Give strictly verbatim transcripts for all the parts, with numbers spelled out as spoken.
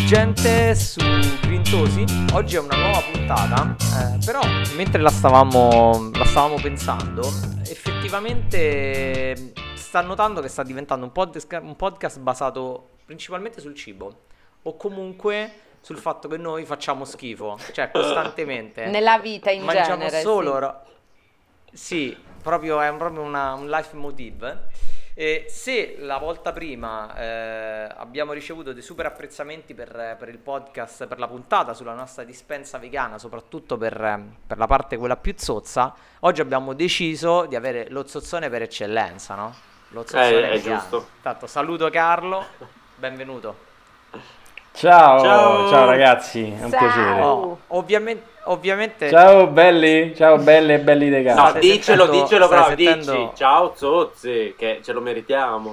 gente su Grintosi. Oggi è una nuova puntata, eh, però mentre la stavamo, la stavamo pensando, effettivamente sta notando che sta diventando un podcast, un podcast basato principalmente sul cibo, o comunque sul fatto che noi facciamo schifo, cioè costantemente. Nella vita in mangiamo genere, solo sì. ro- sì, proprio è un- proprio una, un life motive. E se la volta prima eh, abbiamo ricevuto dei super apprezzamenti per, per il podcast, per la puntata sulla nostra dispensa vegana, soprattutto per, eh, per la parte quella più zozza, oggi abbiamo deciso di avere lo zozzone per eccellenza, no? Lo zozzone Eh, è vegano. giusto. Intanto saluto Carlo, benvenuto. Ciao, Ciao. ciao ragazzi, è un Ciao. piacere. Oh, ovviamente, ovviamente Ciao belli, ciao belle e belli dei No, cazzi. State dicelo, sentendo- dicelo, stai bravo, sentendo- dici. Ciao Zozzi, che ce lo meritiamo.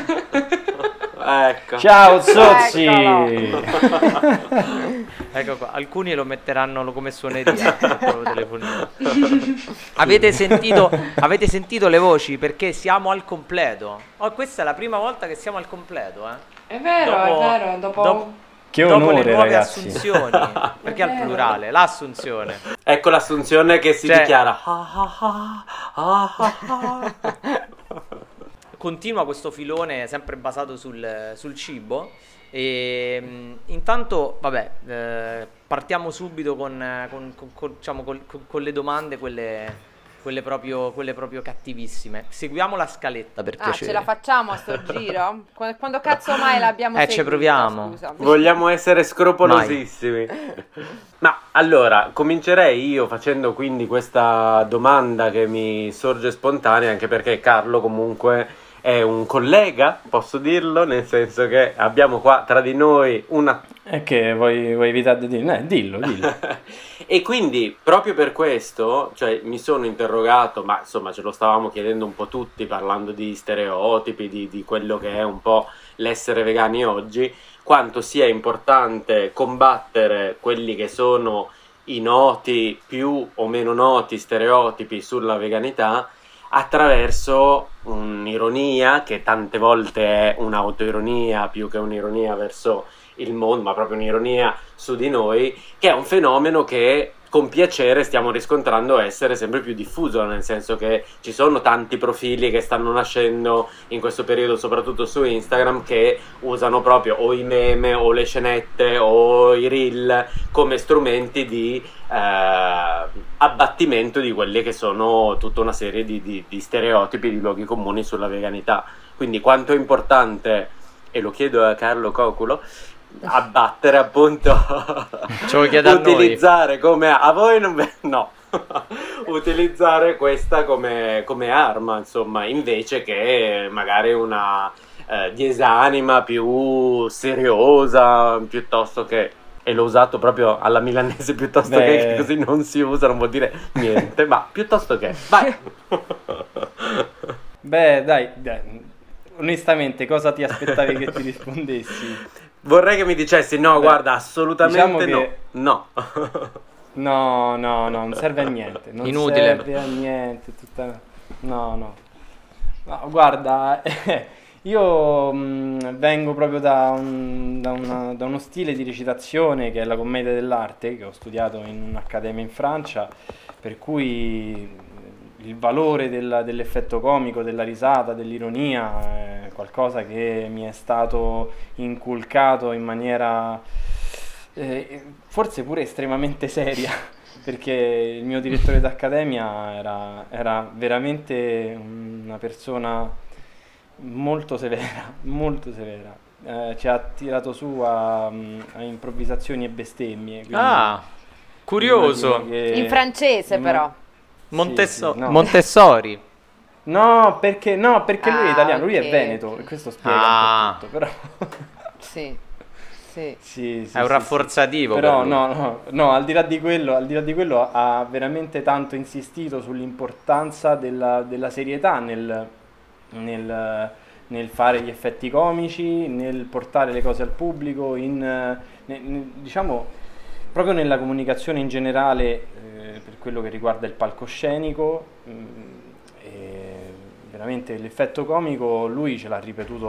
Ecco. Ciao Zozzi. Ecco qua, alcuni lo metteranno come suoneria sul proprio telefonino. Avete sentito, avete sentito le voci? Perché siamo al completo. Oh, questa è la prima volta che siamo al completo, eh. È vero, Dopo- è vero, dopo... dopo- Che dopo onore, le nuove ragazzi. assunzioni. Perché al È vero. plurale, l'assunzione. Ecco l'assunzione che si Cioè- dichiara. Ah, ah, ah, ah, ah, ah. Continua questo filone sempre basato sul, sul cibo. E mh, intanto, vabbè, eh, partiamo subito con, eh, con, con- con- diciamo, col- con- con le domande, quelle, quelle proprio, quelle proprio cattivissime. Seguiamo la scaletta per Ah, piacere. ce la facciamo a sto giro? Qu- Quando cazzo mai l'abbiamo Eh, ci seguita, proviamo. scusa? Vogliamo essere scrupolosissimi. Ma allora, comincerei io facendo quindi questa domanda che mi sorge spontanea, anche perché Carlo comunque è un collega, posso dirlo, nel senso che abbiamo qua tra di noi una È che vuoi, vuoi evitare di dire? Eh, dillo, dillo. E quindi proprio per questo, cioè, mi sono interrogato, ma insomma ce lo stavamo chiedendo un po' tutti parlando di stereotipi, di, di quello che è un po' l'essere vegani oggi, quanto sia importante combattere quelli che sono i noti, più o meno noti stereotipi sulla veganità attraverso un'ironia che tante volte è un'autoironia più che un'ironia verso il mondo, ma proprio un'ironia su di noi, che è un fenomeno che con piacere stiamo riscontrando essere sempre più diffuso, nel senso che ci sono tanti profili che stanno nascendo in questo periodo, soprattutto su Instagram, che usano proprio o i meme o le scenette o i reel come strumenti di eh, abbattimento di quelli che sono tutta una serie di, di, di stereotipi, di luoghi comuni sulla veganità. Quindi quanto è importante, e lo chiedo a Carlo Coculo, abbattere appunto Ce lo chiede a noi. utilizzare come a voi non ve- no utilizzare questa come, come arma, insomma, invece che magari una eh, diesanima più seriosa, piuttosto che, e l'ho usato proprio alla milanese, piuttosto Beh. che così non si usa, non vuol dire niente, ma piuttosto che vai. Beh, dai, dai, onestamente, cosa ti aspettavi che ti rispondessi? Vorrei che mi dicessi no, Beh, guarda, assolutamente diciamo che- no no. No, no, no, non serve a niente. Non Inutile. serve a niente. Tutta... No, no. No, guarda, io mh, vengo proprio da, un- da una- da uno stile di recitazione che è la commedia dell'arte, che ho studiato in un'accademia in Francia, per cui il valore della- dell'effetto comico, della risata, dell'ironia è qualcosa che mi è stato inculcato in maniera eh, forse pure estremamente seria, perché il mio direttore d'accademia era, era veramente una persona molto severa, molto severa. Eh, ci ha tirato su a, a improvvisazioni e bestemmie. quindi Ah, curioso. immagino che- In francese, Mm. però. Montesso- sì, no. Montessori. No, perché, no, perché lui è Ah, italiano, lui ok. è veneto, e questo spiega Ah. un po' tutto, però... Sì, sì. Sì, sì, È un sì, rafforzativo. sì. Però per lui. no, no, no, al di là di quello, al di là di quello ha veramente tanto insistito sull'importanza della, della serietà nel, nel, nel fare gli effetti comici, nel portare le cose al pubblico, in, eh, ne- ne- diciamo proprio nella comunicazione in generale, eh, per quello che riguarda il palcoscenico. mh, e veramente l'effetto comico lui ce l'ha ripetuto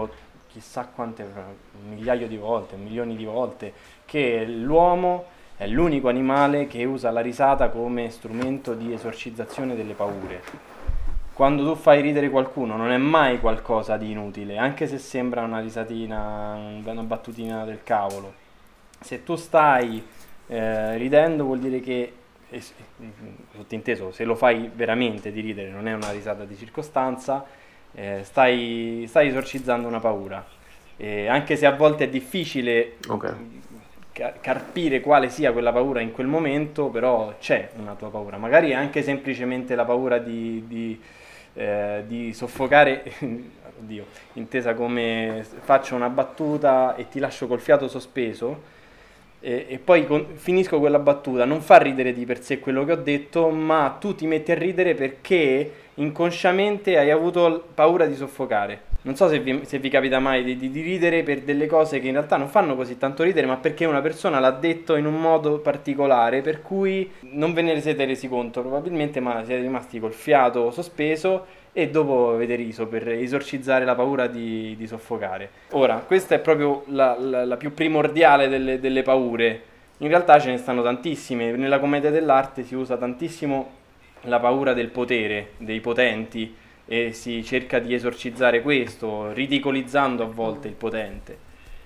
chissà quante, un migliaio di volte, milioni di volte, che l'uomo è l'unico animale che usa la risata come strumento di esorcizzazione delle paure. Quando tu fai ridere qualcuno non è mai qualcosa di inutile, anche se sembra una risatina, una battutina del cavolo. Se tu stai eh, ridendo vuol dire che, eh, sottinteso, se lo fai veramente di ridere, non è una risata di circostanza, eh, stai, stai esorcizzando una paura. Eh, anche se a volte è difficile Ok. ca- carpire quale sia quella paura in quel momento, però c'è una tua paura. Magari è anche semplicemente la paura di, di, eh, di soffocare, oddio, intesa come faccio una battuta e ti lascio col fiato sospeso. E, e poi con- finisco quella battuta, non fa ridere di per sé quello che ho detto, ma tu ti metti a ridere perché inconsciamente hai avuto l- paura di soffocare. Non so se vi, se vi capita mai di, di- di ridere per delle cose che in realtà non fanno così tanto ridere, ma perché una persona l'ha detto in un modo particolare, per cui non ve ne siete resi conto probabilmente, ma siete rimasti col fiato sospeso e dopo avete riso per esorcizzare la paura di, di soffocare. Ora, questa è proprio la, la- la più primordiale delle, delle paure. In realtà ce ne stanno tantissime. Nella commedia dell'arte si usa tantissimo la paura del potere, dei potenti, e si cerca di esorcizzare questo, ridicolizzando a volte il potente.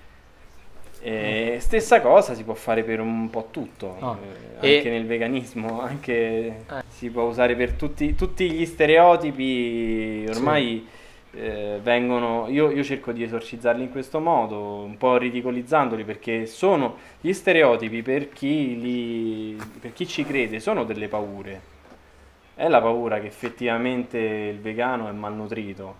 E stessa cosa si può fare per un po' tutto, Ah. eh, anche E- nel veganismo, anche Eh. si può usare per tutti, tutti gli stereotipi, ormai eh, vengono, io, io cerco di esorcizzarli in questo modo, un po' ridicolizzandoli, perché sono gli stereotipi per chi, li, per chi ci crede, sono delle paure. È la paura che effettivamente il vegano è malnutrito.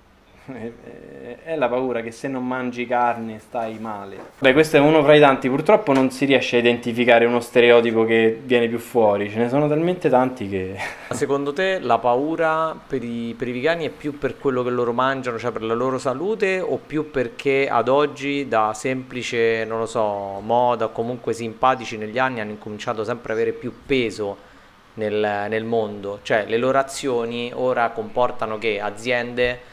È- È la paura che se non mangi carne stai male. Beh, questo è uno fra i tanti. Purtroppo non si riesce a identificare uno stereotipo che viene più fuori. Ce ne sono talmente tanti che... Secondo te la paura per i, per i vegani è più per quello che loro mangiano, cioè per la loro salute, o più perché ad oggi da semplice, non lo so, moda o comunque simpatici negli anni hanno incominciato sempre ad avere più peso nel, nel mondo? Cioè le loro azioni ora comportano che aziende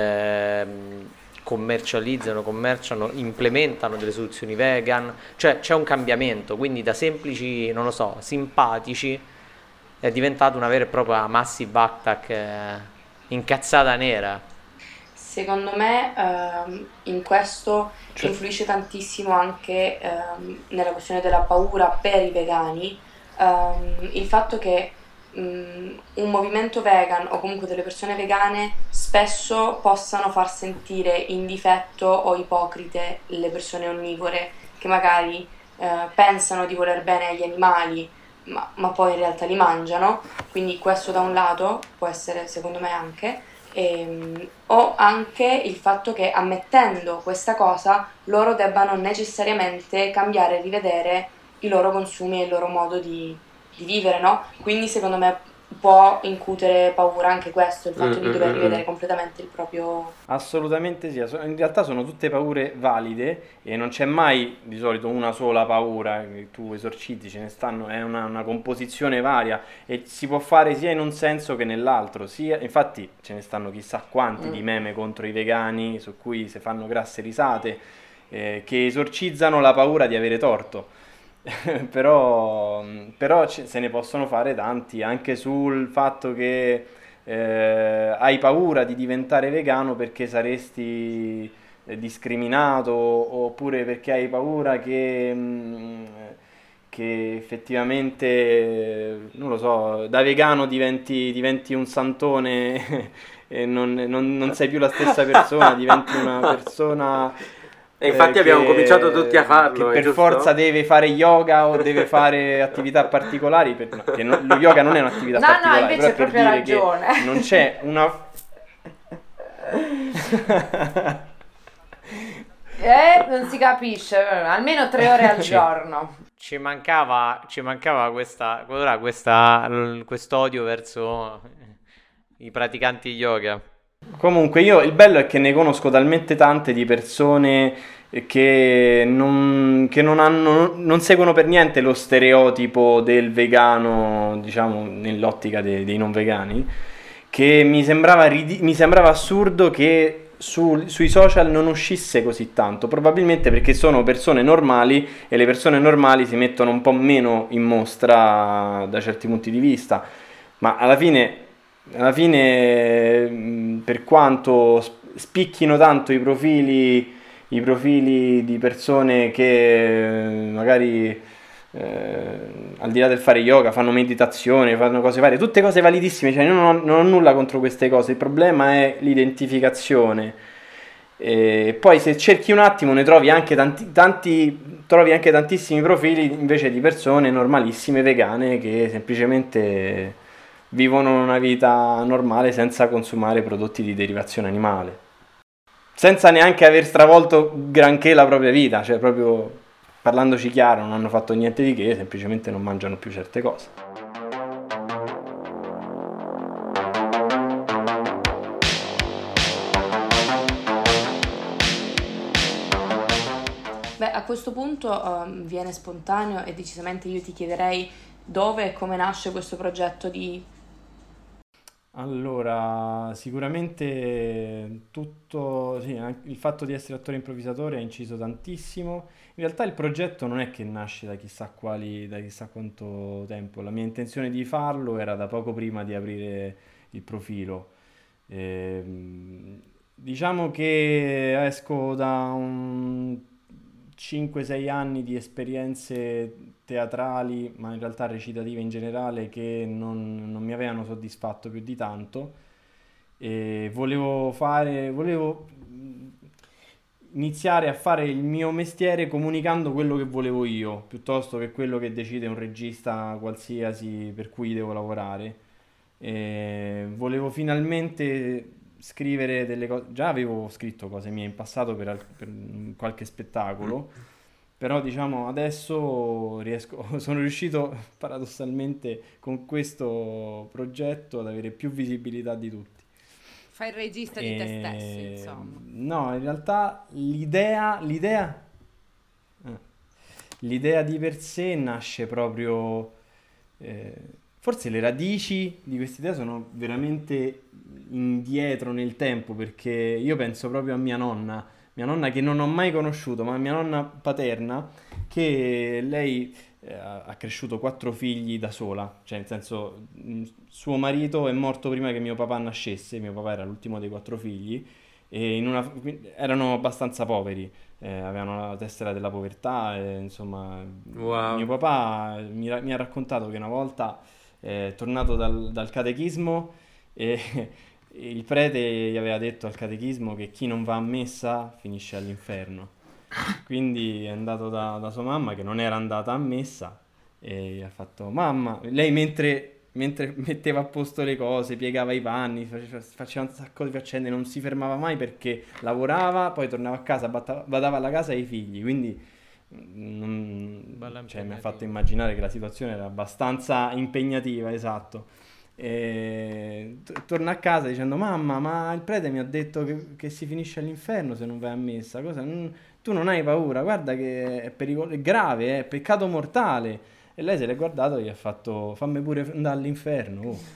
ehm, commercializzano, commerciano, implementano delle soluzioni vegan, cioè c'è un cambiamento, quindi da semplici, non lo so, simpatici è diventato una vera e propria massive attack, eh, incazzata nera. Secondo me ehm, in questo Cioè- influisce tantissimo anche ehm, nella questione della paura per i vegani, ehm, il fatto che mm, un movimento vegan o comunque delle persone vegane spesso possano far sentire in difetto o ipocrite le persone onnivore che magari eh, pensano di voler bene agli animali, ma, ma poi in realtà li mangiano, quindi questo da un lato può essere secondo me anche. Ehm, o anche il fatto che ammettendo questa cosa loro debbano necessariamente cambiare e rivedere i loro consumi e il loro modo di, di vivere, no? Quindi secondo me può incutere paura anche questo, il fatto Mm, di mm, dover mm, rivedere mm. completamente il proprio... Assolutamente sì, asso- in realtà sono tutte paure valide e non c'è mai di solito una sola paura che tu esorcizzi, ce ne stanno, è una, una composizione varia e si può fare sia in un senso che nell'altro, sia, infatti ce ne stanno chissà quanti di meme contro i vegani su cui si fanno grasse risate, eh, che esorcizzano la paura di avere torto. però però ce- se ne possono fare tanti anche sul fatto che eh, hai paura di diventare vegano perché saresti eh, discriminato oppure perché hai paura che, mm, che effettivamente, eh, non lo so, da vegano diventi, diventi un santone e non, non- non sei più la stessa persona, diventi una persona E infatti eh, abbiamo che- cominciato tutti a farlo, che è per giusto? forza deve fare yoga o deve fare attività particolari, per- no, che no- lo yoga non è un'attività No, no, particolare, invece però è hai per proprio dire che ragione. non c'è una... Eh, non si capisce, eh, almeno tre ore al Sì. giorno. Ci mancava, ci mancava questa, ora questa, l- quest'odio verso i praticanti yoga. Comunque io, il bello è che ne conosco talmente tante di persone che non, che non hanno, non seguono per niente lo stereotipo del vegano, diciamo, nell'ottica de- dei non vegani, che mi sembrava, ridi- mi sembrava assurdo che su- sui social non uscisse così tanto, probabilmente perché sono persone normali e le persone normali si mettono un po' meno in mostra da certi punti di vista, ma alla fine, alla fine mh, per quanto sp- spicchino tanto i profili, i profili di persone che eh, magari eh, al di là del fare yoga fanno meditazione, fanno cose varie, tutte cose validissime, cioè io non ho, non ho nulla contro queste cose, il problema è l'identificazione. E poi se cerchi un attimo ne trovi anche tanti, tanti trovi anche tantissimi profili invece di persone normalissime vegane che semplicemente vivono una vita normale senza consumare prodotti di derivazione animale, senza neanche aver stravolto granché la propria vita, cioè proprio parlandoci chiaro, non hanno fatto niente di che, semplicemente non mangiano più certe cose. Beh, a questo punto um, viene spontaneo e decisamente io ti chiederei dove e come nasce questo progetto di... Allora, sicuramente tutto, sì, anche il fatto di essere attore improvvisatore ha inciso tantissimo. In realtà il progetto non è che nasce da chissà quali, da chissà quanto tempo. La mia intenzione di farlo era da poco prima di aprire il profilo. Ehm, diciamo che esco da un cinque sei anni di esperienze teatrali, ma in realtà recitative in generale, che non, non mi avevano soddisfatto più di tanto e volevo fare, volevo mh, iniziare a fare il mio mestiere comunicando quello che volevo io, piuttosto che quello che decide un regista qualsiasi per cui devo lavorare. E volevo finalmente scrivere delle cose, già avevo scritto cose mie in passato per, al- per qualche spettacolo, però diciamo adesso riesco, sono riuscito paradossalmente con questo progetto ad avere più visibilità di tutti. Fai il regista di te stesso, E- insomma. No, in realtà l'idea, l'idea, eh, l'idea di per sé nasce proprio, eh, forse le radici di questa idea sono veramente indietro nel tempo, perché io penso proprio a mia nonna, mia nonna che non ho mai conosciuto, ma mia nonna paterna, che lei eh, ha ha cresciuto quattro figli da sola, cioè nel senso mh, suo marito è morto prima che mio papà nascesse, mio papà era l'ultimo dei quattro figli e in una- erano abbastanza poveri, eh, avevano la tessera della povertà, e, insomma Wow. mio papà mi, ra- mi ha raccontato che una volta è tornato dal, dal catechismo e il prete gli aveva detto al catechismo che chi non va a messa finisce all'inferno. Quindi è andato da, da sua mamma che non era andata a messa e gli ha fatto mamma, lei mentre, mentre metteva a posto le cose, piegava i panni, faceva, faceva un sacco di faccende, non si fermava mai perché lavorava, poi tornava a casa, batta- badava alla casa e ai figli, quindi mm, non- Bella cioè, mi ha impegnativa. fatto immaginare che la situazione era abbastanza impegnativa, esatto. E t- torna a casa dicendo mamma, ma il prete mi ha detto che, che si finisce all'inferno se non vai a messa. Cosa? Non- tu non hai paura, guarda che è pericolo- è grave, è peccato mortale. E lei se l'è guardato e gli ha fatto fammi pure andare all'inferno. Oh.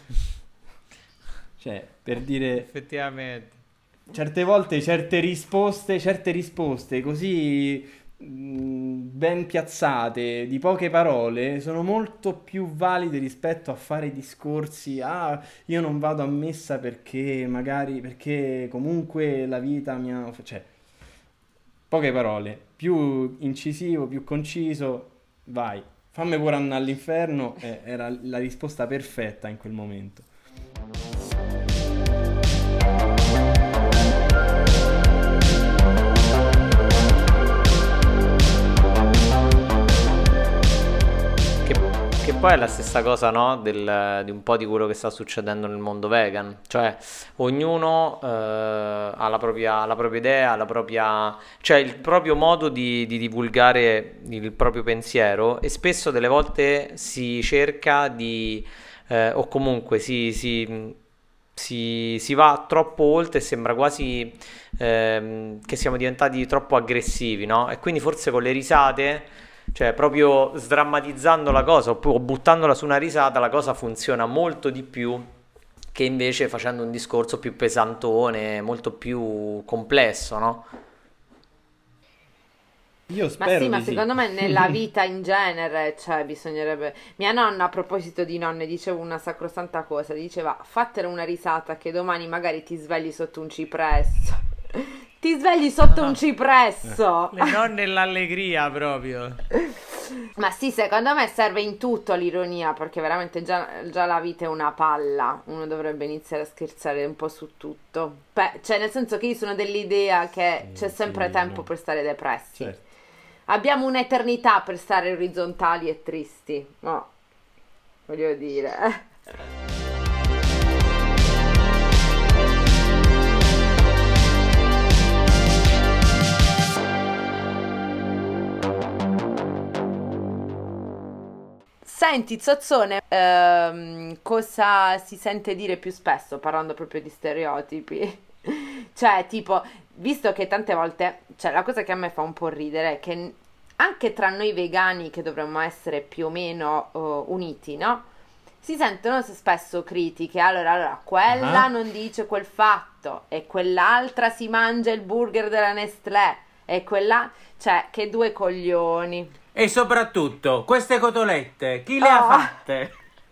Cioè, per dire, Effettivamente. certe volte certe risposte, certe risposte così mh, ben piazzate, di poche parole, sono molto più valide rispetto a fare discorsi. Ah, io non vado a messa perché magari, perché comunque la vita mi ha... Cioè, poche parole, più incisivo, più conciso, vai. Fammi pure andare all'inferno, eh, era la risposta perfetta in quel momento. Che, che poi è la stessa cosa, no? Del- di un po' di quello che sta succedendo nel mondo vegan. Cioè, ognuno eh, ha la propria, la propria idea, la propria, cioè il proprio modo di, di divulgare il proprio pensiero e spesso delle volte si cerca di, eh, o comunque si, si, si, si va troppo oltre e sembra quasi ehm, che siamo diventati troppo aggressivi, no? E quindi forse con le risate, cioè proprio sdrammatizzando la cosa oppure buttandola su una risata, la cosa funziona molto di più che invece facendo un discorso più pesantone, molto più complesso, no? Io Ma spero sì, ma di sì. secondo me nella vita in genere, cioè bisognerebbe... Mia nonna, a proposito di nonne, diceva una sacrosanta cosa, diceva fatele una risata che domani magari ti svegli sotto un cipresso. Ti svegli sotto un cipresso! Le nonne e l'allegria proprio. Ma sì, secondo me serve in tutto l'ironia, perché veramente già, già la vita è una palla, uno dovrebbe iniziare a scherzare un po' su tutto. Beh, cioè nel senso che io sono dell'idea che c'è sempre sì, tempo no. per stare depressi. Certo. Abbiamo un'eternità per stare orizzontali e tristi, no, voglio dire. Senti, Zozzone, ehm, cosa si sente dire più spesso parlando proprio di stereotipi? Cioè, tipo, visto che tante volte, cioè la cosa che a me fa un po' ridere è che anche tra noi vegani, che dovremmo essere più o meno uh, uniti, no? Si sentono spesso critiche, allora, allora quella Ah. non dice quel fatto e quell'altra si mangia il burger della Nestlé e quella, cioè, che due coglioni. E soprattutto, queste cotolette, chi le Oh. ha fatte?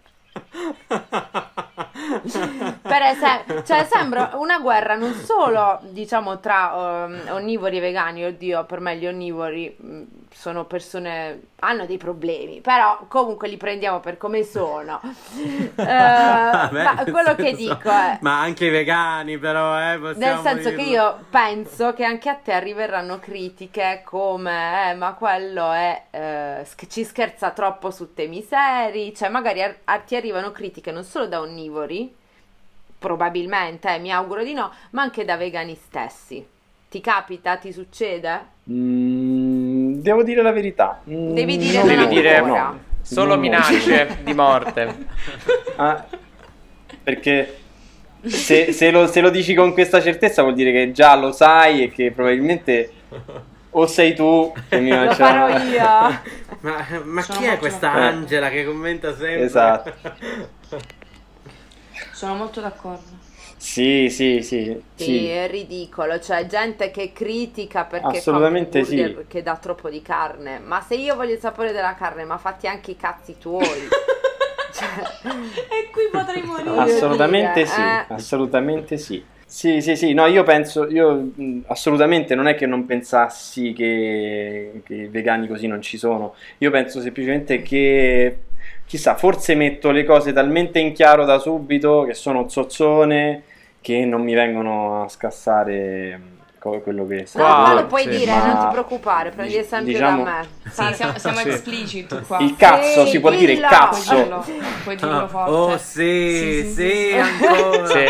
Per esempio, cioè sembra una guerra non solo, diciamo, tra um, onnivori e vegani. Oddio, per me gli onnivori mh, sono persone, hanno dei problemi, però comunque li prendiamo per come sono. Eh, Vabbè, ma nel quello che senso- dico è, Ma anche i vegani però, eh, nel possiamo senso che dirlo. io penso che anche a te arriveranno critiche come, eh, ma quello è, eh, sch- ci scherza troppo su temi seri, cioè magari ar- a- ti arrivano critiche non solo da onnivori, probabilmente, eh, mi auguro di no, ma anche da vegani stessi. Ti capita? Ti succede? Mm, devo dire la verità. Mm, Devi dire non Devi non molto, dire ancora. no. solo Non molto. minacce di morte. Ah, perché se, se lo, se lo dici con questa certezza vuol dire che già lo sai e che probabilmente o sei tu che mi Lo mangia- farò io. Ma, ma Sono chi è molto questa d'accordo. Angela che commenta sempre? Esatto. Sono molto d'accordo. Sì, sì, sì, Sì, sì. è ridicolo, cioè gente che critica perché Assolutamente fa un burger sì. che dà troppo di carne, ma se io voglio il sapore della carne, ma fatti anche i cazzi tuoi. Cioè, E qui potrei morire. Voglio Assolutamente dire, sì, eh. assolutamente sì. Sì, sì, sì, no, io penso, io mh, assolutamente non è che non pensassi che, che i vegani così non ci sono, io penso semplicemente che, chissà, forse metto le cose talmente in chiaro da subito che sono zozzone, che non mi vengono a scassare mh, co- quello che sta No, Wow, ma lo dire. puoi sì, dire, ma- non ti preoccupare, prendi dic- esempio diciamo- da me. Sì, siamo, siamo Sì. explicit qua. Il cazzo, Sì, si può dire il dillo. Puoi cazzo. dirlo, puoi dirlo Ah, forte. oh sì, sì, Sì, sì, sì. ancora. Sì.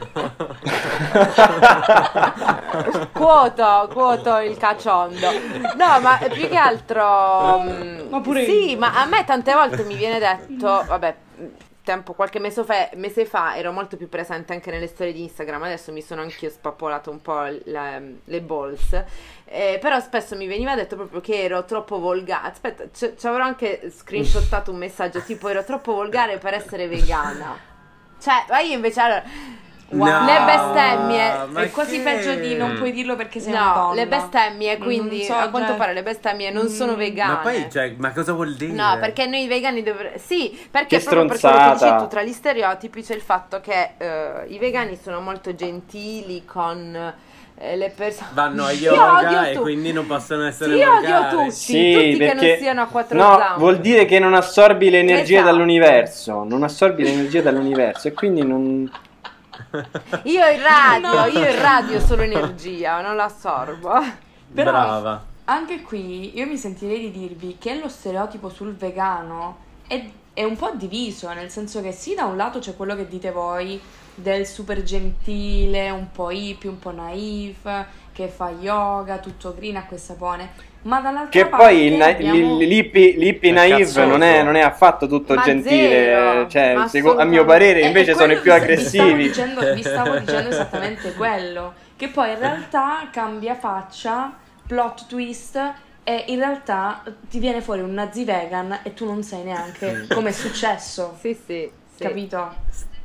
Quoto, quoto il caciondo. No, ma più che altro mm, Ma pure sì, io. ma a me tante volte mi viene detto, vabbè, tempo, qualche mese fa, mese fa ero molto più presente anche nelle storie di Instagram, adesso mi sono anch'io spappolato un po' le, le balls, eh, però spesso mi veniva detto proprio che ero troppo volgare. Aspetta, ci ci avrò anche screenshottato un messaggio tipo ero troppo volgare per essere vegana. Cioè, ma io invece allora No, le bestemmie ma È quasi che- peggio di non puoi dirlo perché sei una no, donna. le bestemmie, Non quindi so, a quanto cioè- pare le bestemmie non sono Mm. vegane. Ma poi, cioè, ma cosa vuol dire? No, perché noi vegani dovremmo... Sì, perché Che proprio per quello che stronzata. dici tu, tra gli stereotipi c'è il fatto che eh, i vegani sono molto gentili con eh, le persone... Vanno a Io yoga odio e tu- quindi non possono essere Sì, io odio volgari. tutti, Sì, tutti che perché non siano a quattro no, zampe. vuol dire che non assorbi l'energia Esatto. dall'universo, non assorbi l'energia dall'universo e quindi non... Io il radio, No. io il radio solo energia, non la assorbo. Però- Brava. Anche qui io mi sentirei di dirvi che lo stereotipo sul vegano è, è un po' diviso, nel senso che sì, da un lato c'è quello che dite voi del super gentile, un po' hippie, un po' naif, che fa yoga, tutto green, acqua e sapone, ma dall'altra Che parte poi il na- abbiamo... l- l'hippie, l'hippie È naive cazzoso. non è, non è affatto tutto Ma gentile, zero, cioè, ma seco- a mio assolutamente. parere E- invece e sono i quello più vi sta- Vi stavo, aggressivi. dicendo, vi stavo dicendo esattamente quello, che poi in realtà cambia faccia, plot twist, e in realtà ti viene fuori un nazi vegan e tu non sai neanche come è successo, Sì, sì, sì. capito?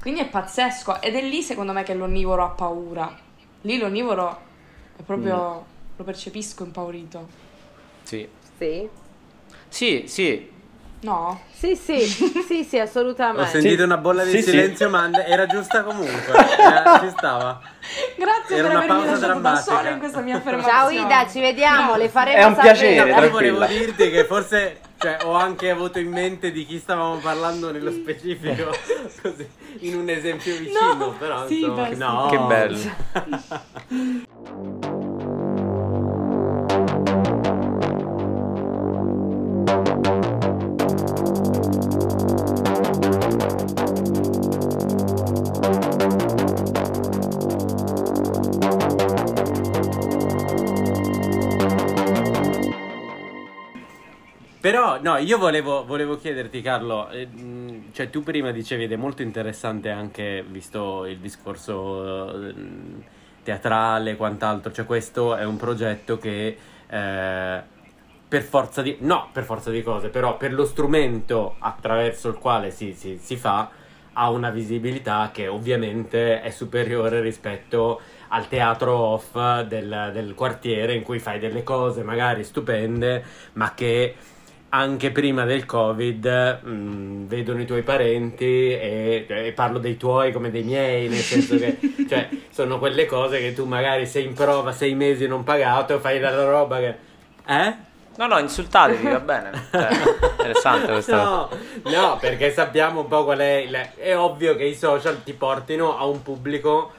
Quindi è pazzesco, ed è lì secondo me che l'onnivoro ha paura. Lì l'onnivoro è proprio, lo percepisco impaurito. Sì. Sì. Sì, sì. No? Sì, sì, sì, sì, Ho assolutamente. sentito una bolla di Sì, sì. silenzio, ma and- era giusta comunque. Eh, ci stava. Grazie Era per una avermi pausa lasciato da drammatica. sola in questa mia affermazione. Ciao Ida, ci vediamo, le faremo È un sapere. piacere, Io tranquilla. volevo dirti che forse, cioè, ho anche avuto in mente di chi stavamo parlando nello specifico, così, in un esempio vicino, No, però sì, insomma, beh, sì. no. Che bello. Però, no, io volevo, volevo chiederti, Carlo, eh, mh, cioè tu prima dicevi, ed è molto interessante anche visto il discorso eh, teatrale e quant'altro, cioè questo è un progetto che eh, per forza di... no, per forza di cose, però per lo strumento attraverso il quale si, si, si fa, ha una visibilità che ovviamente è superiore rispetto al teatro off del, del quartiere in cui fai delle cose magari stupende, ma che anche prima del Covid mh, vedono i tuoi parenti e, e parlo dei tuoi come dei miei, nel senso che cioè, sono quelle cose che tu magari sei in prova sei mesi non pagato e fai della roba che... Eh? No, no, insultatevi, va bene. Cioè, interessante questa cosa. No, no, perché sappiamo un po' qual è il... È ovvio che i social ti portino a un pubblico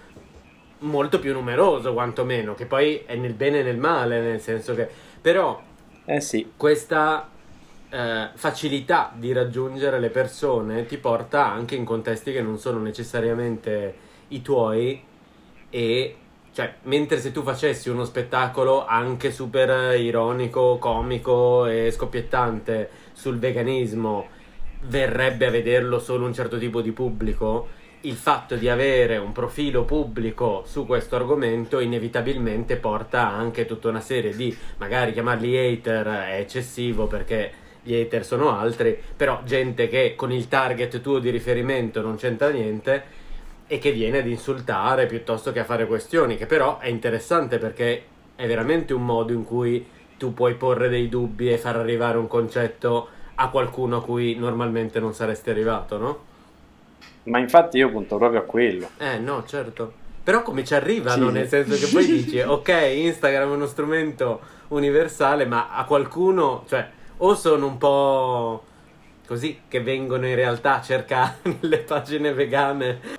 molto più numeroso, quantomeno, che poi è nel bene e nel male, nel senso che... Però Eh sì. questa eh, facilità di raggiungere le persone ti porta anche in contesti che non sono necessariamente i tuoi e... Cioè, mentre se tu facessi uno spettacolo anche super ironico, comico e scoppiettante sul veganismo, verrebbe a vederlo solo un certo tipo di pubblico. Il fatto di avere un profilo pubblico su questo argomento inevitabilmente porta anche tutta una serie di, magari chiamarli hater è eccessivo perché gli hater sono altri, però gente che con il target tuo di riferimento non c'entra niente e che viene ad insultare piuttosto che a fare questioni, che però è interessante perché è veramente un modo in cui tu puoi porre dei dubbi e far arrivare un concetto a qualcuno a cui normalmente non saresti arrivato, no? Ma infatti io punto proprio a quello. Eh no, certo. Però come ci arrivano, Sì. nel senso che poi dici, ok, Instagram è uno strumento universale, ma a qualcuno, cioè, o sono un po' così, che vengono in realtà a cercare nelle pagine vegane.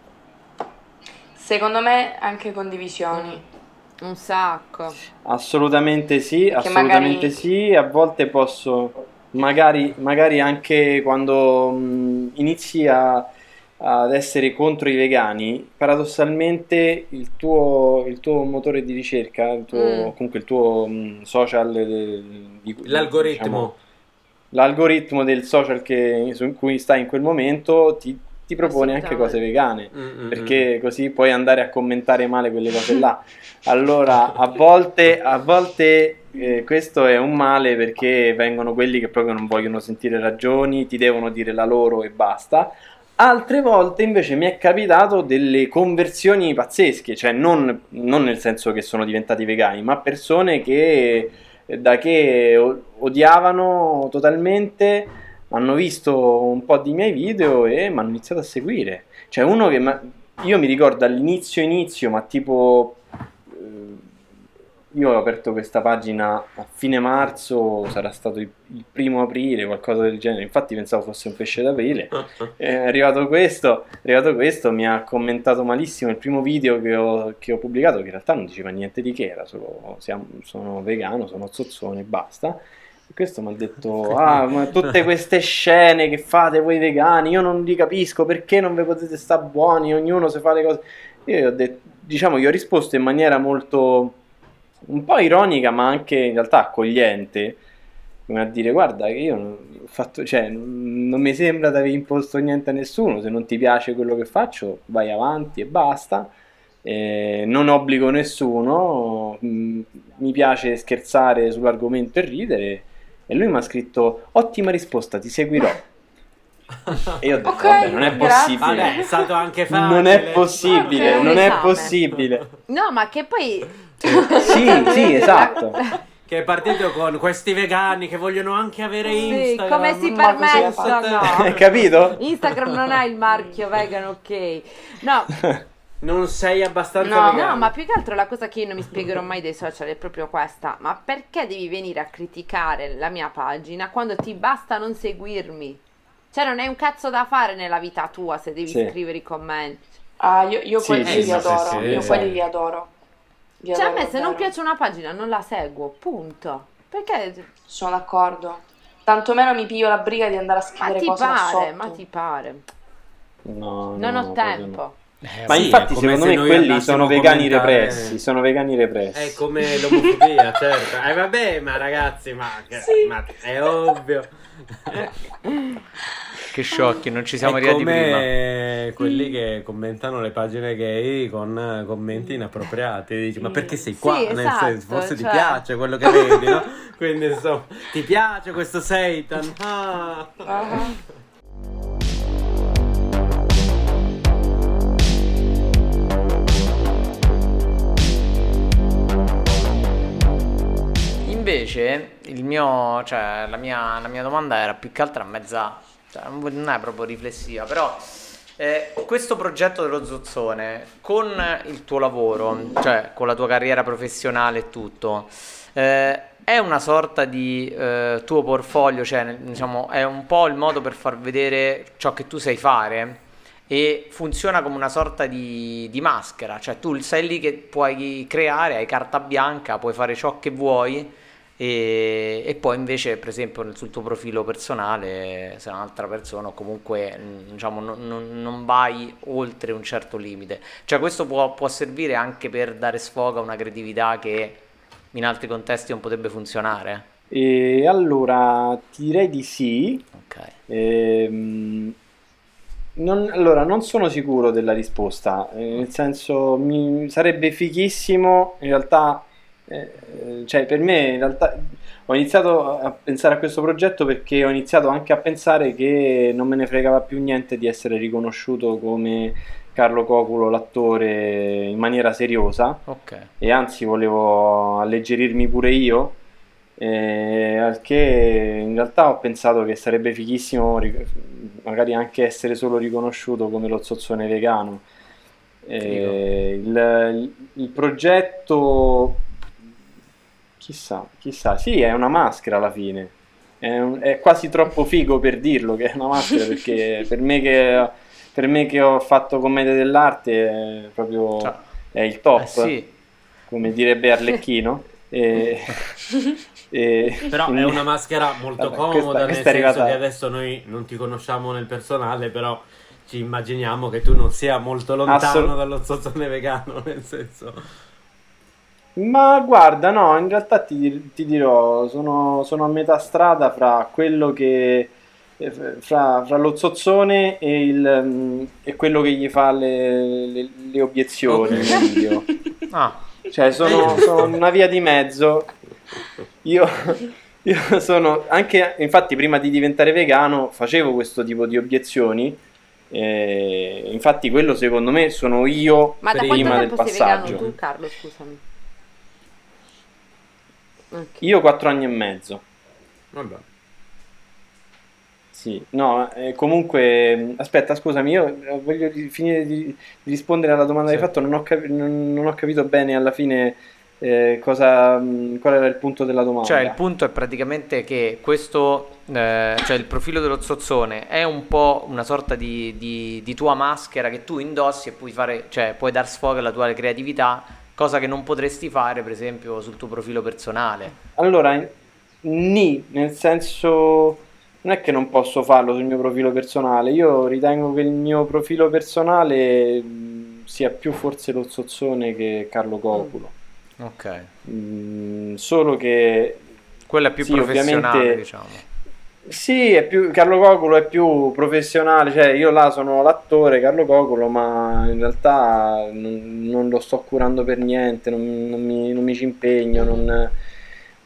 Secondo me anche condivisioni. Un sacco. Assolutamente sì, assolutamente magari- sì. A volte posso, magari, magari anche quando mh, inizi a- ad essere contro i vegani, paradossalmente il tuo, il tuo motore di ricerca, il tuo, Mm. comunque il tuo mh, social, eh, di- L'algoritmo. diciamo, l'algoritmo del social che, su cui stai in quel momento ti, ti propone anche cose vegane. Mm, mm, Perché così puoi andare a commentare male quelle cose là. Allora, a volte, a volte eh, questo è un male perché vengono quelli che proprio non vogliono sentire ragioni, ti devono dire la loro e basta. Altre volte invece mi è capitato delle conversioni pazzesche, cioè non, non nel senso che sono diventati vegani, ma persone che eh, da che o- odiavano totalmente hanno visto un po' di miei video e mi hanno iniziato a seguire. Cioè uno che ma- io mi ricordo all'inizio inizio, ma tipo eh, io ho aperto questa pagina a fine marzo, sarà stato il, il primo aprile, qualcosa del genere. Infatti pensavo fosse un pesce d'aprile. È arrivato questo, è arrivato questo, mi ha commentato malissimo il primo video che ho, che ho pubblicato, che in realtà non diceva niente di che, era solo siamo- sono vegano, sono zozzone e basta. E questo mi ha detto, ah, ma tutte queste scene che fate voi vegani, io non li capisco, perché non vi potete stare buoni, ognuno si fa le cose. Io gli ho detto, diciamo, gli ho risposto in maniera molto, un po' ironica, ma anche in realtà accogliente, come a dire, guarda che io non ho fatto, cioè, non mi sembra di aver imposto niente a nessuno, se non ti piace quello che faccio, vai avanti e basta. Eh, non obbligo nessuno, mh, mi piace scherzare sull'argomento e ridere. E lui mi ha scritto, ottima risposta, ti seguirò. E io ho detto, Ok, vabbè, non è grazie. possibile. Vabbè, è stato anche facile. Non è possibile, Ok, non è esame. possibile. No, ma che poi... Sì, sì, esatto. Che è partito con questi vegani che vogliono anche avere Sì, Instagram. come si Ma cosa permette? fate? No. Hai capito? Instagram non ha il marchio vegan, ok. No, Non sei abbastanza No. vegano. no, ma più che altro la cosa che io non mi spiegherò mai dei social è proprio questa. Ma perché devi venire a criticare la mia pagina quando ti basta non seguirmi? Cioè non hai un cazzo da fare nella vita tua se devi Sì. scrivere i commenti. Ah, io, io Sì, quelli sì, li sì, adoro, sì, io sì. quelli li adoro. Li Cioè a adoro me se non davvero. piace una pagina non la seguo, punto. Perché? Sono d'accordo. Tanto meno mi piglio la briga di andare a Ma scrivere ti cose là pare, sotto. ma ti pare. No, Non no, ho proprio tempo. no. Eh, Ma sì, infatti è come secondo se me noi quelli andassimo sono a vegani commentare- repressi, sono vegani repressi. È come l'omofobia, certo. Eh vabbè, ma ragazzi, ma, Sì. ma è ovvio. Che sciocchi, non ci siamo È arrivati prima. come quelli che commentano le pagine gay con commenti inappropriati. Dici, ma perché sei qua? Sì, Nel esatto, senso, forse ti cioè. piace quello che vedi, no? Quindi insomma, ti piace questo Satan? Ah. Ah. Invece, il mio, cioè, la mia, la mia domanda era più che altro a mezza, cioè, non è proprio riflessiva, però eh, questo progetto dello Zozzone, con il tuo lavoro, cioè con la tua carriera professionale e tutto, eh, è una sorta di eh, tuo portfolio, cioè nel- diciamo, è un po' il modo per far vedere ciò che tu sai fare e funziona come una sorta di, di maschera, cioè tu sei lì che puoi creare, hai carta bianca, puoi fare ciò che vuoi e, e poi invece per esempio nel- sul tuo profilo personale sei un'altra persona o comunque mh, diciamo non, non- non vai oltre un certo limite, cioè questo può, può servire anche per dare sfogo a una creatività che in altri contesti non potrebbe funzionare. E allora ti direi di sì. Ok. Ehm, non- allora, non sono sicuro della risposta, eh, nel senso mi sarebbe fighissimo, in realtà, eh, cioè per me in realtà ho iniziato a pensare a questo progetto perché ho iniziato anche a pensare che non me ne fregava più niente di essere riconosciuto come Carlo Coculo, l'attore, in maniera seriosa. Ok. E anzi volevo alleggerirmi pure io, eh, al che in realtà ho pensato che sarebbe fighissimo ric- magari anche essere solo riconosciuto come lo zozzone vegano. Eh, il, il progetto, chissà, chissà, sì, è una maschera alla fine. È, un- è quasi troppo figo per dirlo che è una maschera, perché per me che, per me che ho fatto commedia dell'arte è proprio Cioè, è il top, eh sì. come direbbe Arlecchino. E, e- Però è una maschera molto Vabbè, comoda, questa- nel questa è senso arrivata- che adesso noi non ti conosciamo nel personale, però ci immaginiamo che tu non sia molto lontano Assolut- dallo zozzone vegano, nel senso... Ma guarda, no, in realtà ti, ti dirò, sono, sono a metà strada fra quello che eh, fra, fra lo zozzone e, il, mm, e quello che gli fa le, le- le obiezioni Ok. nei video. Ah, Cioè, sono, sono una via di mezzo. Io, io sono anche, infatti, prima di diventare vegano facevo questo tipo di obiezioni. E infatti, quello secondo me sono io Ma da quanto prima del tempo sei vegano passaggio. tu, Carlo? Scusami. Ok. Io quattro anni e mezzo. Vabbè. Sì, no, eh, comunque, mh, aspetta, scusami, io eh, voglio ri- finire di, di rispondere alla domanda che hai Sì. fatto, non ho, capi- non, non ho capito bene alla fine eh, cosa, mh, qual era il punto della domanda. cioè il punto è praticamente che questo, eh, cioè il profilo dello zozzone è un po' una sorta di, di- di tua maschera che tu indossi e puoi fare, cioè puoi dar sfogo alla tua creatività, cosa che non potresti fare per esempio sul tuo profilo personale. Allora, in- nì, nel senso, non è che non posso farlo sul mio profilo personale, io ritengo che il mio profilo personale mh, sia più forse lo zozzone che Carlo Coculo. Ok. Mm, solo che Quello è più sì, professionale, ovviamente diciamo. sì, è più, Carlo Coculo è più professionale, cioè io là sono l'attore Carlo Coculo, ma in realtà non, non lo sto curando per niente, non, non mi, non mi ci impegno, non,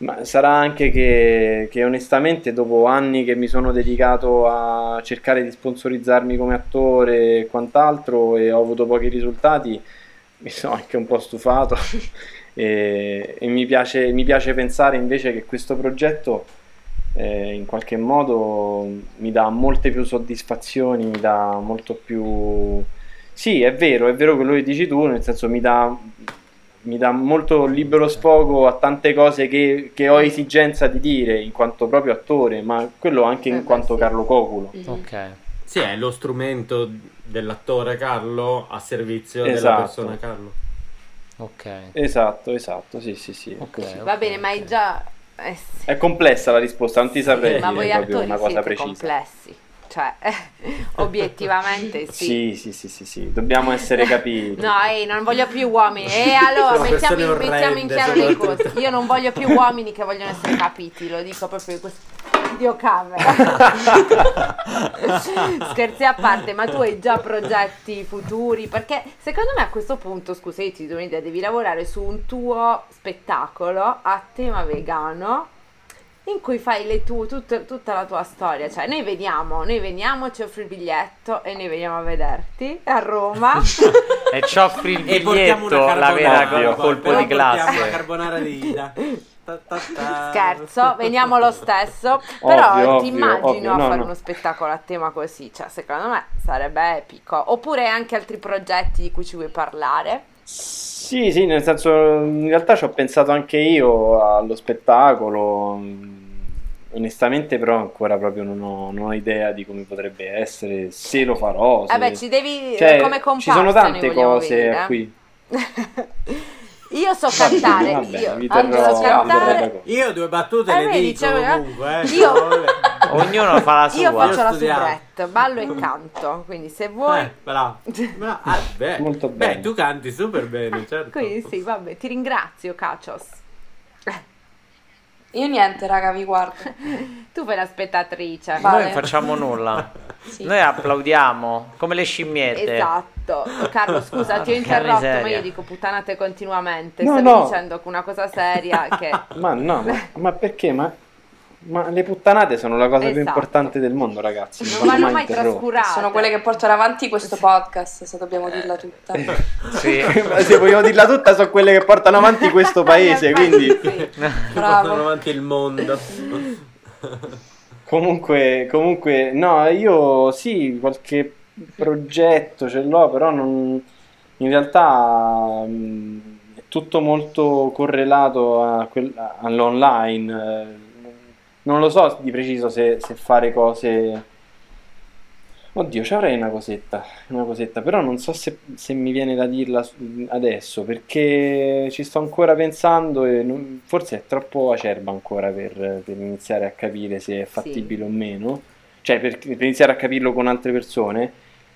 Ma sarà anche che, che onestamente dopo anni che mi sono dedicato a cercare di sponsorizzarmi come attore e quant'altro e ho avuto pochi risultati, mi sono anche un po' stufato e, e mi piace, mi piace pensare invece che questo progetto eh, in qualche modo mi dà molte più soddisfazioni, mi dà molto più... Sì, è vero, è vero quello che dici tu, nel senso mi dà... mi dà molto libero sfogo a tante cose che, che ho esigenza di dire in quanto proprio attore, ma quello anche in Eh beh, quanto sì. Carlo Coculo. Mhm. Ok. Sì, è lo strumento dell'attore Carlo a servizio della Esatto. persona Carlo. Ok. Esatto, esatto, sì, sì, sì. è Ok. così. Va bene, ma hai già... eh sì. È complessa la risposta, non ti saprei Ma dire voi proprio attori una cosa siete precisa. complessi, cioè obiettivamente sì. Sì, sì, sì, sì, sì, dobbiamo essere capiti. No, ehi, non voglio più uomini. E allora Sono mettiamo, persone in- mettiamo in orrende, chiaro le soprattutto. cose. Io non voglio più uomini che vogliono essere capiti, lo dico proprio in questa videocamera. Scherzi a parte, ma tu hai già progetti futuri? Perché secondo me a questo punto, scusa, io ti do un'idea, devi lavorare su un tuo spettacolo a tema vegano in cui fai le tue, tut- tutta la tua storia. Cioè noi veniamo, noi veniamo, ci offri il biglietto e noi veniamo a vederti a Roma. E ci offri il E portiamo biglietto, una la vera carbonara, col- colpo però di portiamo la classe. carbonara di Ida. Ta ta ta. Scherzo, veniamo lo stesso. Però Ovvio, ti ovvio, immagino ovvio, a no, fare no. uno spettacolo a tema così. Cioè, secondo me sarebbe epico. Oppure anche altri progetti di cui ci vuoi parlare. Sì, sì, nel senso, in realtà ci ho pensato anche io allo spettacolo. mh, Onestamente, però, ancora proprio non ho, non ho idea di come potrebbe essere, se lo farò. se- Vabbè, ci devi Cioè, come comparsa. ci sono noi tante vogliamo cose venire, a eh. cui. Io so Va bene, cantare. va bene, io vi Angelo terrò- so vi terrò cantare. da conto. Io due battute Eh, le vedi, dico cioè, comunque, eh. io- però- Ognuno fa la sua. Io faccio Io la studiavo. soubrette, ballo e canto. Quindi se vuoi. Eh, bravo. Bravo. Ah, beh. Molto Beh, bene. tu canti super bene, certo. Quindi sì, vabbè, ti ringrazio, Cachos. Io niente, raga, vi guardo. Tu fai la spettatrice. Va- Noi Vale. non facciamo nulla. Sì. Noi applaudiamo come le scimmiette. Esatto. Carlo, scusa, ti ho Che interrotto, ma miseria. io dico puttanate continuamente. No, Stavi no. dicendo che una cosa seria che... Ma no, ma, ma perché? Ma, ma le puttanate sono la cosa più Esatto. importante del mondo, ragazzi. non vanno vanno mai interrotte. trascurate. Sono quelle che portano avanti questo podcast, se dobbiamo dirla tutta. Sì. Se vogliamo dirla tutta, sono quelle che portano avanti questo paese, In effetti, quindi sì. Bravo. Portano avanti il mondo. comunque, comunque, no, io sì, qualche progetto ce l'ho, però non, in realtà mh, è tutto molto correlato a quel- all'online. eh, Non lo so di preciso se, se fare cose. Oddio, ci avrei una cosetta, una cosetta, però non so se, se mi viene da dirla su- adesso, perché ci sto ancora pensando e non- forse è troppo acerba ancora per, per iniziare a capire se è fattibile o meno, cioè per, per iniziare a capirlo con altre persone.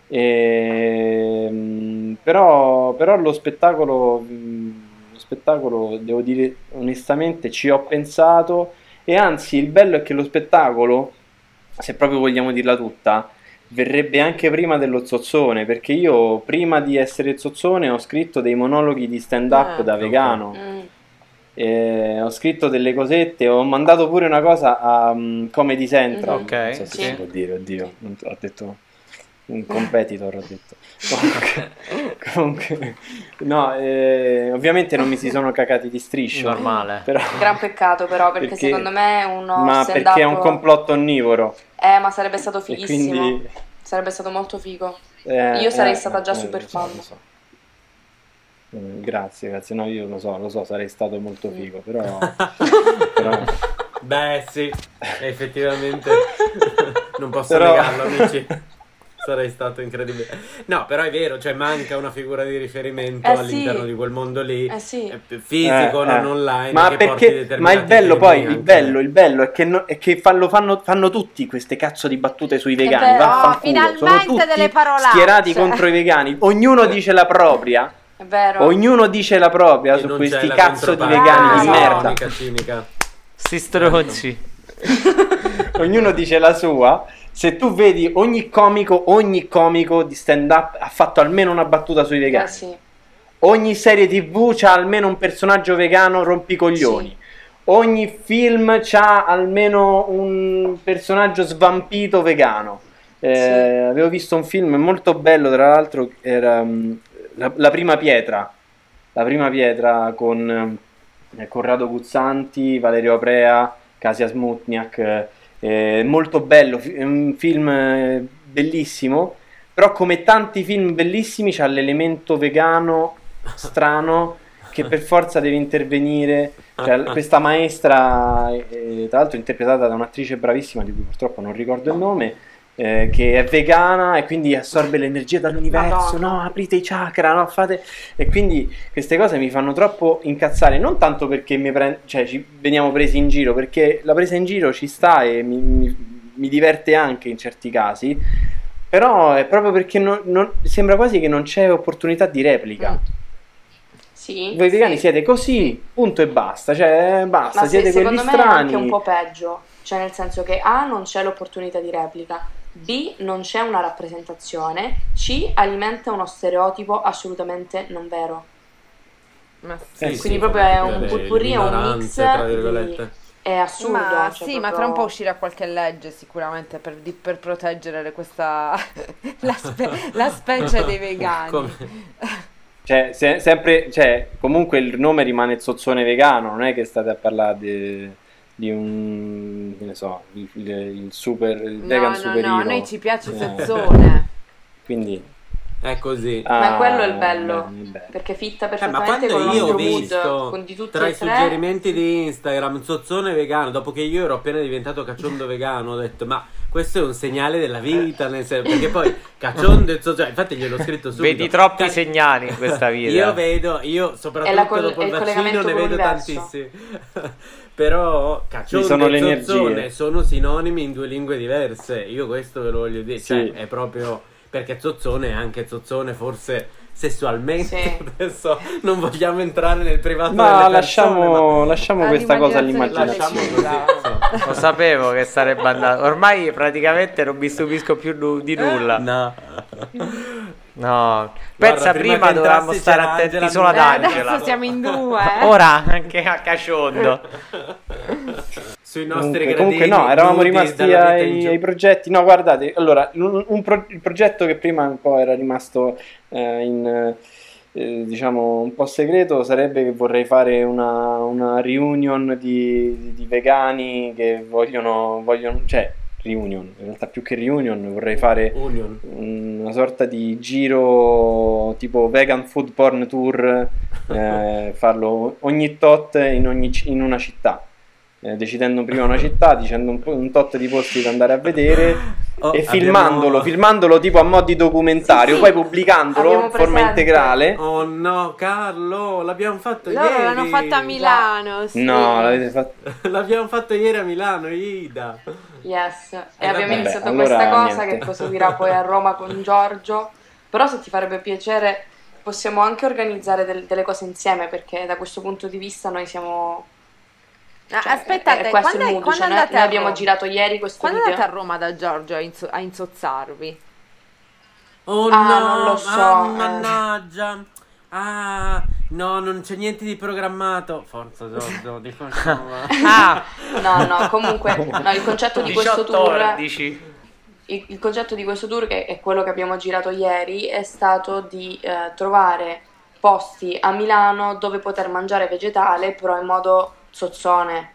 Ehm, però, però lo spettacolo, mh, lo spettacolo, devo dire onestamente, ci ho pensato. E anzi, il bello è che lo spettacolo, se proprio vogliamo dirla tutta, verrebbe anche prima dello Zozzone, perché io prima di essere Zozzone ho scritto dei monologhi di stand-up Ah, da ok. vegano, Mm. e ho scritto delle cosette, ho mandato pure una cosa a um, Comedy Central, Mhm. Ok, non so se sì. si può dire, oddio, non- ho detto un competitor, ho detto. Comunque, comunque, no, eh, ovviamente non mi si sono cacati di striscio, Normale. però... Gran peccato però, perché, Perché- secondo me uno Ma stand-up... perché è un complotto onnivoro Eh, ma sarebbe stato e fighissimo. quindi Sarebbe stato molto figo. eh, Io sarei eh, stata già eh, super lo so, fan. lo so. Mm, grazie, grazie. No, io lo so, lo so, sarei stato molto figo, però, però Beh, sì, effettivamente. Non posso Però- negarlo, amici. Sarei stato incredibile. No, però è vero, cioè manca una figura di riferimento Eh, sì. all'interno di quel mondo lì. Eh sì. eh, Fisico, Eh, non eh. online. Ma che porti perché? Ma determinati il bello temi poi, il anche- bello, il bello è che, no- è che fan- lo fanno, fanno tutti queste cazzo di battute sui vegani. vero. Vaffanculo. Oh, Sono finalmente tutti delle parolacce. schierati contro i vegani. Ognuno dice la propria. È vero. Ognuno dice la propria E su non questi c'è la cazzo di controparte vegani di Ah, merda. ironica, cinica. Sti stronzi. Ognuno dice la sua. Se tu vedi ogni comico, ogni comico di stand up ha fatto almeno una battuta sui vegani. Eh sì. Ogni serie tv c'ha almeno un personaggio vegano rompicoglioni. ogni film c'ha almeno un personaggio svampito vegano. Eh, Sì. Avevo visto un film molto bello, tra l'altro, era um, la, la prima pietra, la prima pietra con eh, Corrado Guzzanti, Valerio Aprea, Kasia Smutniak, eh, molto bello, fi- è un film eh, bellissimo, però come tanti film bellissimi c'ha l'elemento vegano strano che per forza deve intervenire. Cioè, questa maestra, eh, tra l'altro interpretata da un'attrice bravissima di cui purtroppo non ricordo il nome, eh, che è vegana e quindi assorbe l'energia dall'universo, Madonna. no, aprite i chakra, no, fate... E quindi queste cose mi fanno troppo incazzare, non tanto perché mi pre- cioè, ci veniamo presi in giro, perché la presa in giro ci sta e mi, mi- mi diverte anche in certi casi, però è proprio perché non- non- sembra quasi che non c'è opportunità di replica. Mm. Sì, Voi vegani sì. siete così, punto e basta, cioè basta, Ma se- siete quelli secondo me è strani. anche un po' peggio, cioè nel senso che A non c'è l'opportunità di replica, B non c'è una rappresentazione, C alimenta uno stereotipo assolutamente non vero. Ma Eh, sì. Quindi sì, proprio è un delle putpurri, è un mix minoranze, tra di... virgolette. è assurdo. Ma cioè sì, ma tra proprio- un po' uscirà qualche legge sicuramente per, di- per proteggere le- questa la, spe- la specie dei vegani. Come- Cioè, se- sempre, cioè, comunque il nome rimane Zozzone Vegano, non è che state a parlare di, di un, che ne so, il, il- il super, il No, vegan no, superhero. no, a noi ci piace Eh, Sezzone. Quindi, È così. Ma ah, quello è il bello, bene, bene. perché fitta Eh, ma perfettamente quando con il io ho nostro mood, visto con di tutti tra e i tre. suggerimenti di Instagram Zozzone vegano, dopo che io ero appena diventato cacciondo vegano, ho detto ma questo è un segnale della vita, nel senso, perché poi cacciondo e zozzone, infatti gliel'ho scritto subito. Vedi troppi Ca- segnali in questa vita. Io vedo, io È la soprattutto col- dopo è il il vaccino collegamento ne con vedo l'universo. tantissimi. Però Ci cacciondo sono le e energie. zozzone sono sinonimi in due lingue diverse. Io questo ve lo voglio dire, Sì. cioè è proprio perché zozzone è anche zozzone forse sessualmente. Sì. Adesso non vogliamo entrare nel privato Ma delle persone, lasciamo, lasciamo questa cosa All'immaginazione all'immaginazione. lasciamo così. Lo sapevo che sarebbe andato. Ormai praticamente non mi stupisco più nu- di nulla. No. No, pensa prima prima che dovevamo entrassi stare c'era attenti Angela solo ad Eh, Angela. adesso siamo in due. eh. Ora anche a Caciondo. Sui nostri Comunque, gradini comunque no, eravamo nudi rimasti dalla vita in ai, giù. ai progetti. No, guardate, allora, un, un pro- il progetto che prima un po' era rimasto eh, in, eh, diciamo, un po' segreto sarebbe che vorrei fare una, una reunion di, di vegani che vogliono, vogliono, cioè, reunion, in realtà più che reunion vorrei fare Union. una sorta di giro tipo vegan food porn tour, eh, farlo ogni tot in, ogni, ci- in una città, eh, decidendo prima una città, dicendo un, po- un tot di posti da andare a vedere Oh, e abbiamo- filmandolo, filmandolo tipo a mo' di documentario, Sì, sì, poi pubblicandolo abbiamo in forma presente. integrale. Oh no, Carlo, l'abbiamo fatto Loro ieri. l'hanno fatta a Milano. Sì. No, l'avete fatto. L'abbiamo fatto ieri a Milano, Ida. Yes, e Eh, abbiamo vabbè, iniziato allora questa cosa niente. che proseguirà poi a Roma con Giorgio. Però se ti farebbe piacere possiamo anche organizzare del- delle cose insieme, perché da questo punto di vista noi siamo... Ah, cioè, aspettate, è, è questo quando, il è- mood, quando cioè, noi, andate noi a abbiamo Roma? girato ieri questo Quando video. andate a Roma da Giorgio a, inso- a insozzarvi? Oh Ah, no, non lo so, ah, eh. mannaggia. Ah, no, non c'è niente di programmato. Forza Giorgio, di Ah, No, no, comunque no, il concetto di questo diciotto tour ore, dici. il, il concetto di questo tour, che è quello che abbiamo girato ieri, è stato di eh, trovare posti a Milano dove poter mangiare vegetale, però in modo zozzone.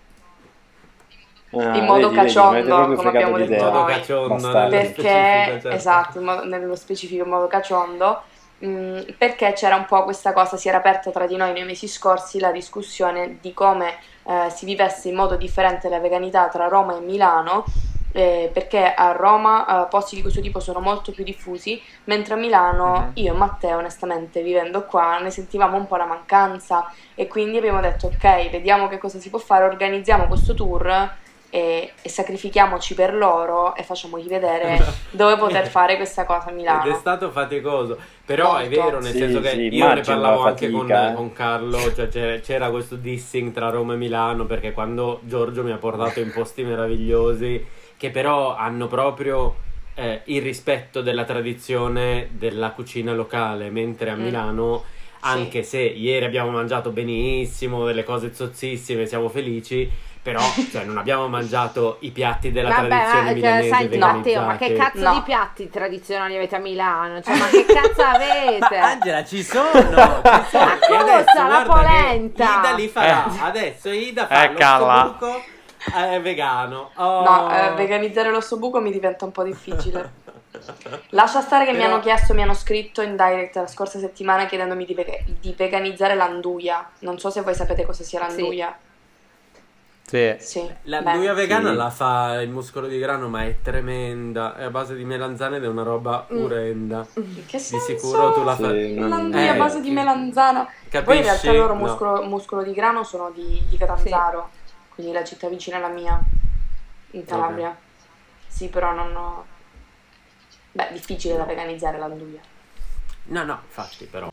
Ah, In modo vedi, vedi, caciondo, mi avete proprio come fregato abbiamo l'idea. detto modo noi. cacciondo, Bastardi. nello Perché, specifico, certo. esatto, in modo- nello specifico in modo caciondo, mh, perché c'era un po' questa cosa, si era aperta tra di noi nei mesi scorsi la discussione di come eh, si vivesse in modo differente la veganità tra Roma e Milano, eh, perché a Roma eh, posti di questo tipo sono molto più diffusi, mentre a Milano Mhm. io e Matteo, onestamente, vivendo qua, ne sentivamo un po' la mancanza, e quindi abbiamo detto ok, vediamo che cosa si può fare, organizziamo questo tour e, e sacrifichiamoci per loro e facciamogli vedere dove poter fare questa cosa a Ed è Milano. stato faticoso, però è Molto. vero, nel Sì, senso che sì, io ne immagino parlavo la anche con, fatica, eh. con Carlo, cioè c'era, c'era questo dissing tra Roma e Milano, perché quando Giorgio mi ha portato in posti meravigliosi che però hanno proprio eh, il rispetto della tradizione della cucina locale, mentre a Mm. Milano anche se ieri abbiamo mangiato benissimo, delle cose zozzissime, siamo felici, però cioè, non abbiamo mangiato i piatti della Vabbè, tradizione ma, milanese senti, Matteo, ma che veganizzati. cazzo No. di piatti tradizionali avete a Milano? Cioè, ma che cazzo avete? Ma Angela, ci sono, ci sono. Ma E cosa? adesso La guarda che polenta. Ida li farà. Eh. Adesso Ida fa Eccola. l'ossobuco eh, vegano. Oh. No, eh, veganizzare l'ossobuco mi diventa un po' difficile. Lascia stare che mi Però- hanno chiesto, mi hanno scritto in direct la scorsa settimana chiedendomi di, vega- di veganizzare l'anduia. Non so se voi sapete cosa sia l'anduia. Sì. Sì. L'anduia Beh, vegana sì. la fa il muscolo di grano, ma è tremenda. È a base di melanzane ed è una roba Mm. orrenda. in che Di senso? sicuro tu la Sì, fai. non- L'anduia Eh, a base di che- melanzana. Capisci? Poi in realtà il loro No. muscolo, muscolo di grano sono di, di Catanzaro, quindi la città vicina alla mia, in Calabria. Sì, però non ho... Beh, difficile da veganizzare l'anduia. No, no, infatti, però.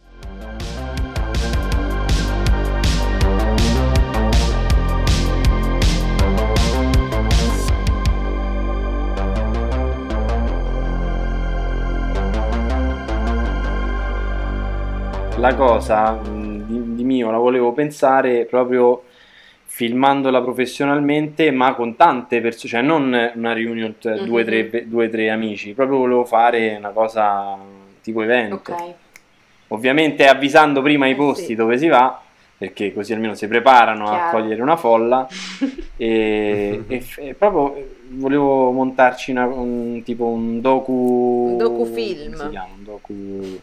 La cosa mh, di, di mio la volevo pensare proprio filmandola professionalmente, ma con tante persone, cioè non una reunion, t- Mhm. due, tre, due tre amici, proprio volevo fare una cosa tipo evento. Ok. Ovviamente avvisando prima i Eh, posti sì. dove si va, perché così almeno si preparano a Chiaro. cogliere una folla. e, e f- e proprio eh, volevo montarci una- un tipo un docu Un docufilm. come si chiama? Un docu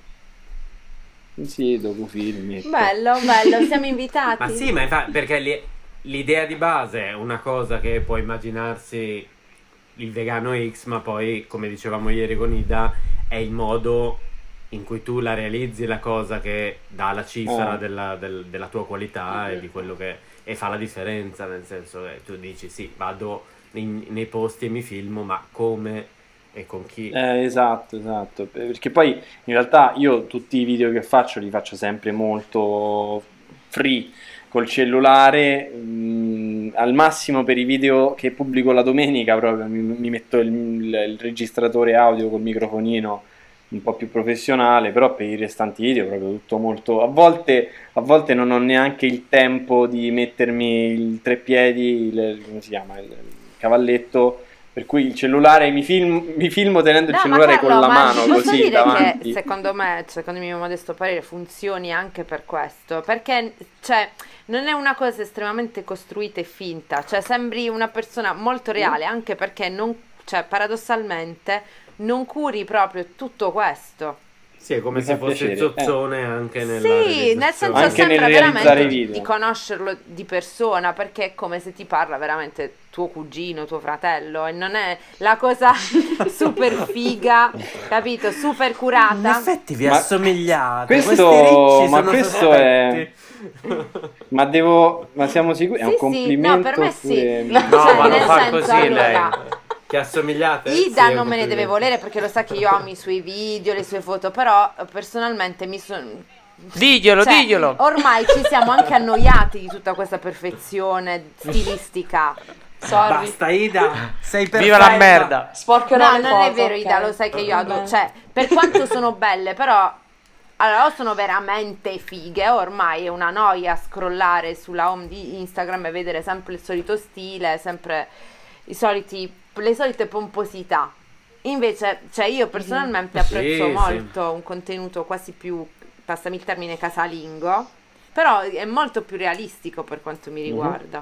sì, docufilm, ecco. Bello, bello, siamo invitati. Ma sì, ma infatti, perché li- l'idea di base è una cosa che può immaginarsi il vegano X, ma poi, come dicevamo ieri con Ida, è il modo in cui tu la realizzi la cosa che dà la cifra Ah. della, del- della tua qualità e di quello che e fa la differenza, nel senso che tu dici sì, vado in- nei posti e mi filmo, ma come e con chi? Eh, esatto, esatto, perché poi in realtà io tutti i video che faccio li faccio sempre molto free col cellulare, mm, al massimo per i video che pubblico la domenica proprio mi, mi metto il, il- il registratore audio col microfonino un po' più professionale, però per i restanti video proprio tutto molto... A volte, a volte non ho neanche il tempo di mettermi il treppiedi, il, come si chiama, il, il cavalletto, per cui il cellulare mi, film, mi filmo tenendo il No, ma cellulare Carlo, con la ma mano ti posso così dire davanti. che secondo me, secondo il mio modesto parere, funzioni anche per questo, perché cioè, non è una cosa estremamente costruita e finta, cioè sembri una persona molto reale, anche perché non, cioè, paradossalmente non curi proprio tutto questo. Sì, è come Mi se fa fosse piacere, zozzone anche nella Sì, nel realizzazione. senso Anche sembra nel realizzare veramente i video. di conoscerlo di persona, perché è come se ti parla veramente tuo cugino, tuo fratello, e non è la cosa super figa, capito? Super In curata. effetti vi Ma assomigliate. questo- questi ricci ma sono questo è- sospetti. Ma devo, ma siamo sicuri? È un Sì, sì, complimento? no, per me sì. oppure- No, No, Cioè, ma non nel fa senso, così allora, lei. Che assomigliate? Ida Sì, è un non me ne complimento. deve volere perché lo sa che io amo i suoi video, le sue foto, però eh, personalmente mi sono... Diglielo, Cioè, diglielo. ormai ci siamo anche annoiati di tutta questa perfezione stilistica. Sorry. Basta Ida, sei perfetta. Viva la merda. Sporcherò No, le non è foto, vero, ok. Ida, lo sai che io adoro, Vabbè. cioè, per quanto sono belle, però, allora, o sono veramente fighe, ormai è una noia scrollare sulla home di Instagram e vedere sempre il solito stile, sempre i soliti, le solite pomposità. Invece, cioè, io personalmente apprezzo Sì, molto un contenuto quasi più, passami il termine, casalingo, però è molto più realistico per quanto mi riguarda.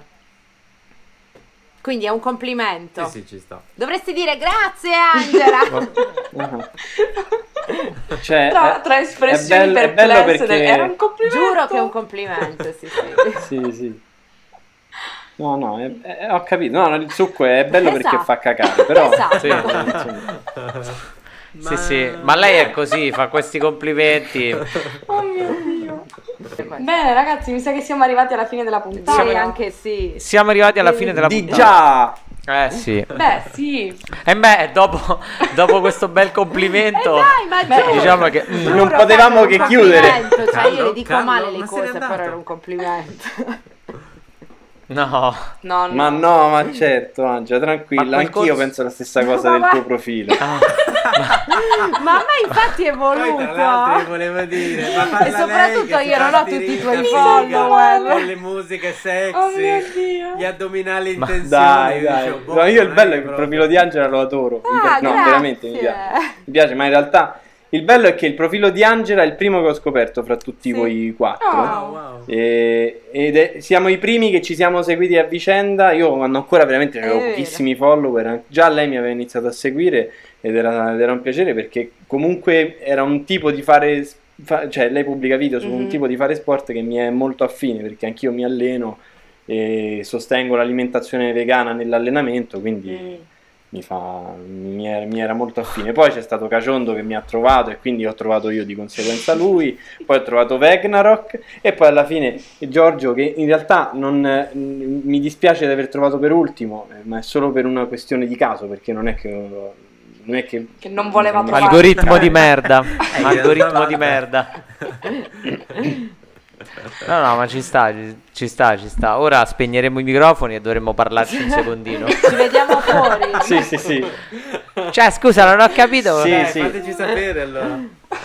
Quindi è un complimento. Sì, sì, ci sta. Dovresti dire grazie, Angela. Ah. Cioè, Tra, è- tra espressioni è bello- è bello perplesse, perché- era un complimento. Giuro che è un complimento, sì, sì. Sì, sì. No, no, è- è- ho capito. No, no, il succo è bello perché Esatto. fa cacare, però... Esatto. Sì. insomma, Sì, sì, ma lei è così, fa questi complimenti. Oh mio Dio. Bene ragazzi, mi sa che siamo arrivati alla fine della puntata. Sì, anche sì. Siamo arrivati alla fine della di puntata. già! Eh sì. Beh, sì. E beh, dopo, dopo questo bel complimento, Eh dai, ma Beh, giuro, diciamo che... Non giuro potevamo che era un che chiudere. complimento, cioè io Carlo, le dico Carlo, male le ma se n'è cose, andato. però era un complimento. No. No, no. Ma no, ma certo, Angela, tranquilla, Ma quel anch'io corso- penso la stessa cosa Ma del va- tuo profilo. Ah. Ma a me infatti è Poi tra l'altro voluto. io volevo dire, ma parla E soprattutto lei che io si non fa ho tutti i tirita, tuoi figa, follower. con le musiche sexy, Oh mio Dio. gli addominali in Ma tensione. dai, io dai. dicevo, boh, No, io il non bello è che che il proprio- profilo di Angela lo adoro. Mi Ah, piace- no, grazie. veramente mi piace. Mi piace, ma in realtà il bello è che il profilo di Angela è il primo che ho scoperto fra tutti Sì. voi quattro. Oh. Wow, wow. E- ed è- siamo i primi che ci siamo seguiti a vicenda. Io quando ancora veramente avevo È vero. pochissimi follower, già lei mi aveva iniziato a seguire ed era, ed era un piacere perché comunque era un tipo di fare, fa- cioè lei pubblica video su un Mhm. tipo di fare sport che mi è molto affine perché anch'io mi alleno e sostengo l'alimentazione vegana nell'allenamento, quindi Mm. mi, fa, mi, era, mi era molto affine. Poi c'è stato Caciondo che mi ha trovato e quindi ho trovato io di conseguenza lui, poi ho trovato Vegnarok e poi alla fine Giorgio che in realtà non, eh, mi dispiace di aver trovato per ultimo, eh, ma è solo per una questione di caso perché non è che... Non è che, Che non voleva mi- trovare. Algoritmo di merda. Eh, in Algoritmo realtà di vabbè. merda. No, no, ma ci sta, ci, ci sta, ci sta. Ora spegneremo i microfoni e dovremmo parlarci un secondino. Ci vediamo fuori. Sì, sì, sì. Cioè, scusa, non ho capito. Sì, Dai, sì. fateci sapere allora.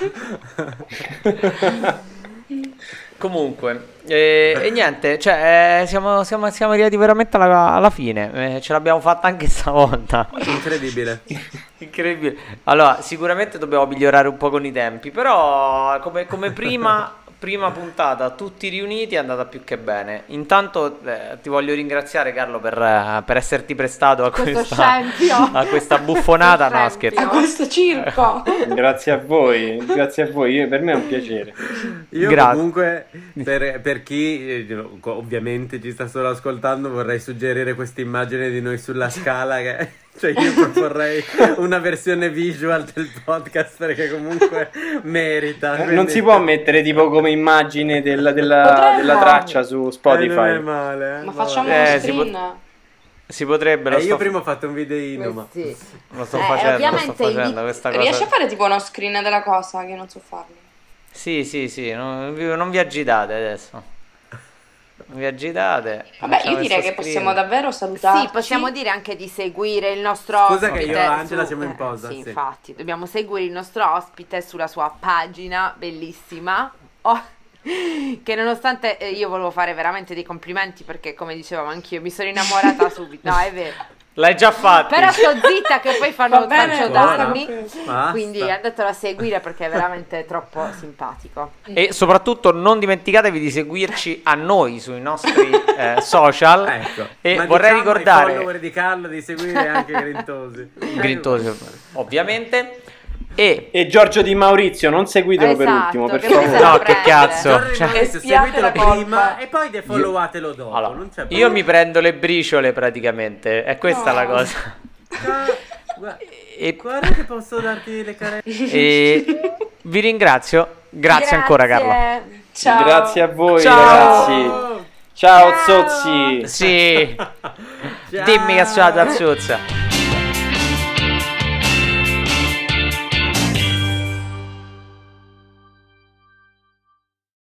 Comunque, eh, e niente, cioè, eh, siamo, siamo, siamo arrivati veramente alla, alla fine. Eh, ce l'abbiamo fatta anche stavolta. Incredibile. Incredibile. Allora, sicuramente dobbiamo migliorare un po' con i tempi, però come, come prima, prima puntata, tutti riuniti, è andata più che bene. Intanto eh, ti voglio ringraziare, Carlo, per, eh, per esserti prestato a Questo questa, scempio. a questa buffonata. No, Scempio. scherzo. A questo circo. Grazie a voi, grazie a voi, io- per me è un piacere. Io Grazie. comunque, per, per chi eh, ovviamente ci sta solo ascoltando, vorrei suggerire questa immagine di noi sulla scala che... Cioè io proporrei una versione visual del podcast perché comunque merita. Eh, Non quindi- si può mettere tipo come immagine della, della- Potremmo. della traccia su Eh, non è Spotify. male, eh. Ma vabbè. facciamo Eh, uno si screen. Si potrebbe, lo Eh, sto, io prima ho fatto un videino, ma... Sì. lo sto Eh, facendo, lo sto ovviamente facendo invi- questa Riesci cosa. a fare tipo uno screen della cosa che non so farlo? Sì, sì, sì, non vi, non vi agitate adesso. Non vi agitate. Vabbè, Facciamo io direi questo che screen. possiamo davvero salutarci. Sì, possiamo dire anche di seguire il nostro Scusa che ospite. io e Angela su- siamo in eh, pausa, sì, sì. infatti, dobbiamo seguire il nostro ospite sulla sua pagina bellissima. Oh, che nonostante eh, io volevo fare veramente dei complimenti perché, come dicevamo anch'io, mi sono innamorata subito. No, è vero. L'hai già fatto. Però sto zitta che poi fanno Va bene, faccio basta. danni. Basta. Quindi andatelo a seguire perché è veramente troppo simpatico. E soprattutto non dimenticatevi di seguirci a noi sui nostri eh, social. Ecco. E Ma vorrei diciamo ai ricordare follower di Carlo di seguire anche Grintosi. Grintosi, ovviamente. E E Giorgio Di Maurizio, non seguitelo per Esatto, ultimo, per che non se favore. la no, che prende. cazzo. Giorgio Cioè, Di Maurizio, Espiate seguitelo la colpa. prima e poi defollowatelo dopo. allora, non c'è io mi prendo le briciole praticamente. È questa No. la cosa. Guarda, E, guarda che posso darti le carezze. e vi ringrazio. Grazie, ancora, Carlo. Ciao. Grazie a voi, Ciao. ragazzi. Ciao, Zozzi. Sì. Ciao. Dimmi che sono la tua zozza.